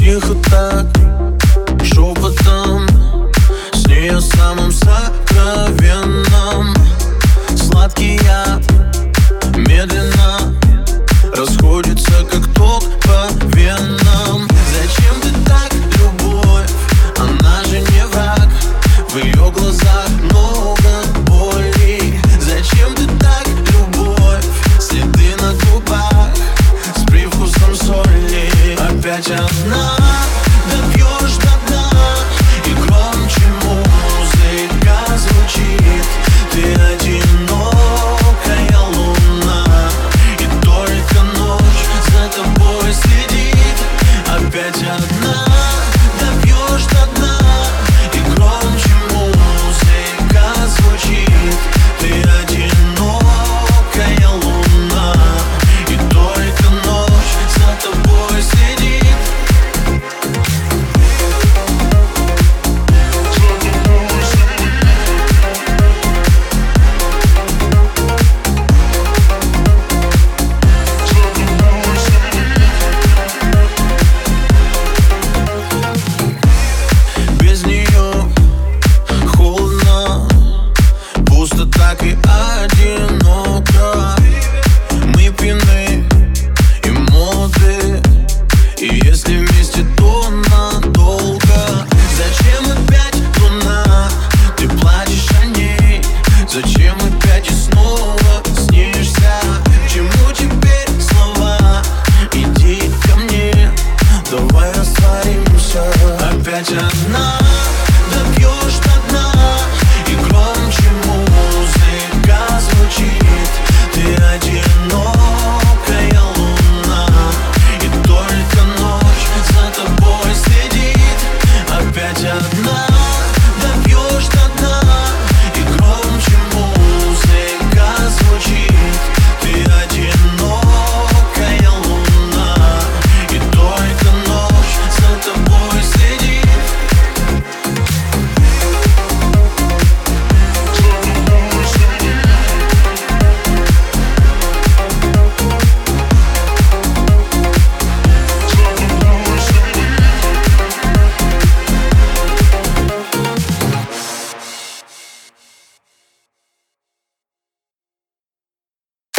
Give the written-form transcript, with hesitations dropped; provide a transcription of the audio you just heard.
Тихо так, шепотом, с ней о самом сокровенном. Сладкий яд медленно расходится, как ток по венам. Зачем ты так, любовь? Она же не враг. В ее глазах много боли. Зачем ты так, любовь? Следы на губах с привкусом соли. Опять одна, допьешь до дна, и громче музыка звучит. Ты одинокая луна, и только ночь за тобой следит. Опять одна, допьешь до дна, и громче музыка звучит. Ты одинокая луна, и только ночь за тобой следит. Без нее холодно, пусто так и одиноко. Мы пьяны и молоды, и если вместе, то надолго. Зачем опять луна? Ты плачешь о ней. Зачем опять и снова снишься? К чему теперь слова? Иди ко мне, давай растворимся. Опять одна,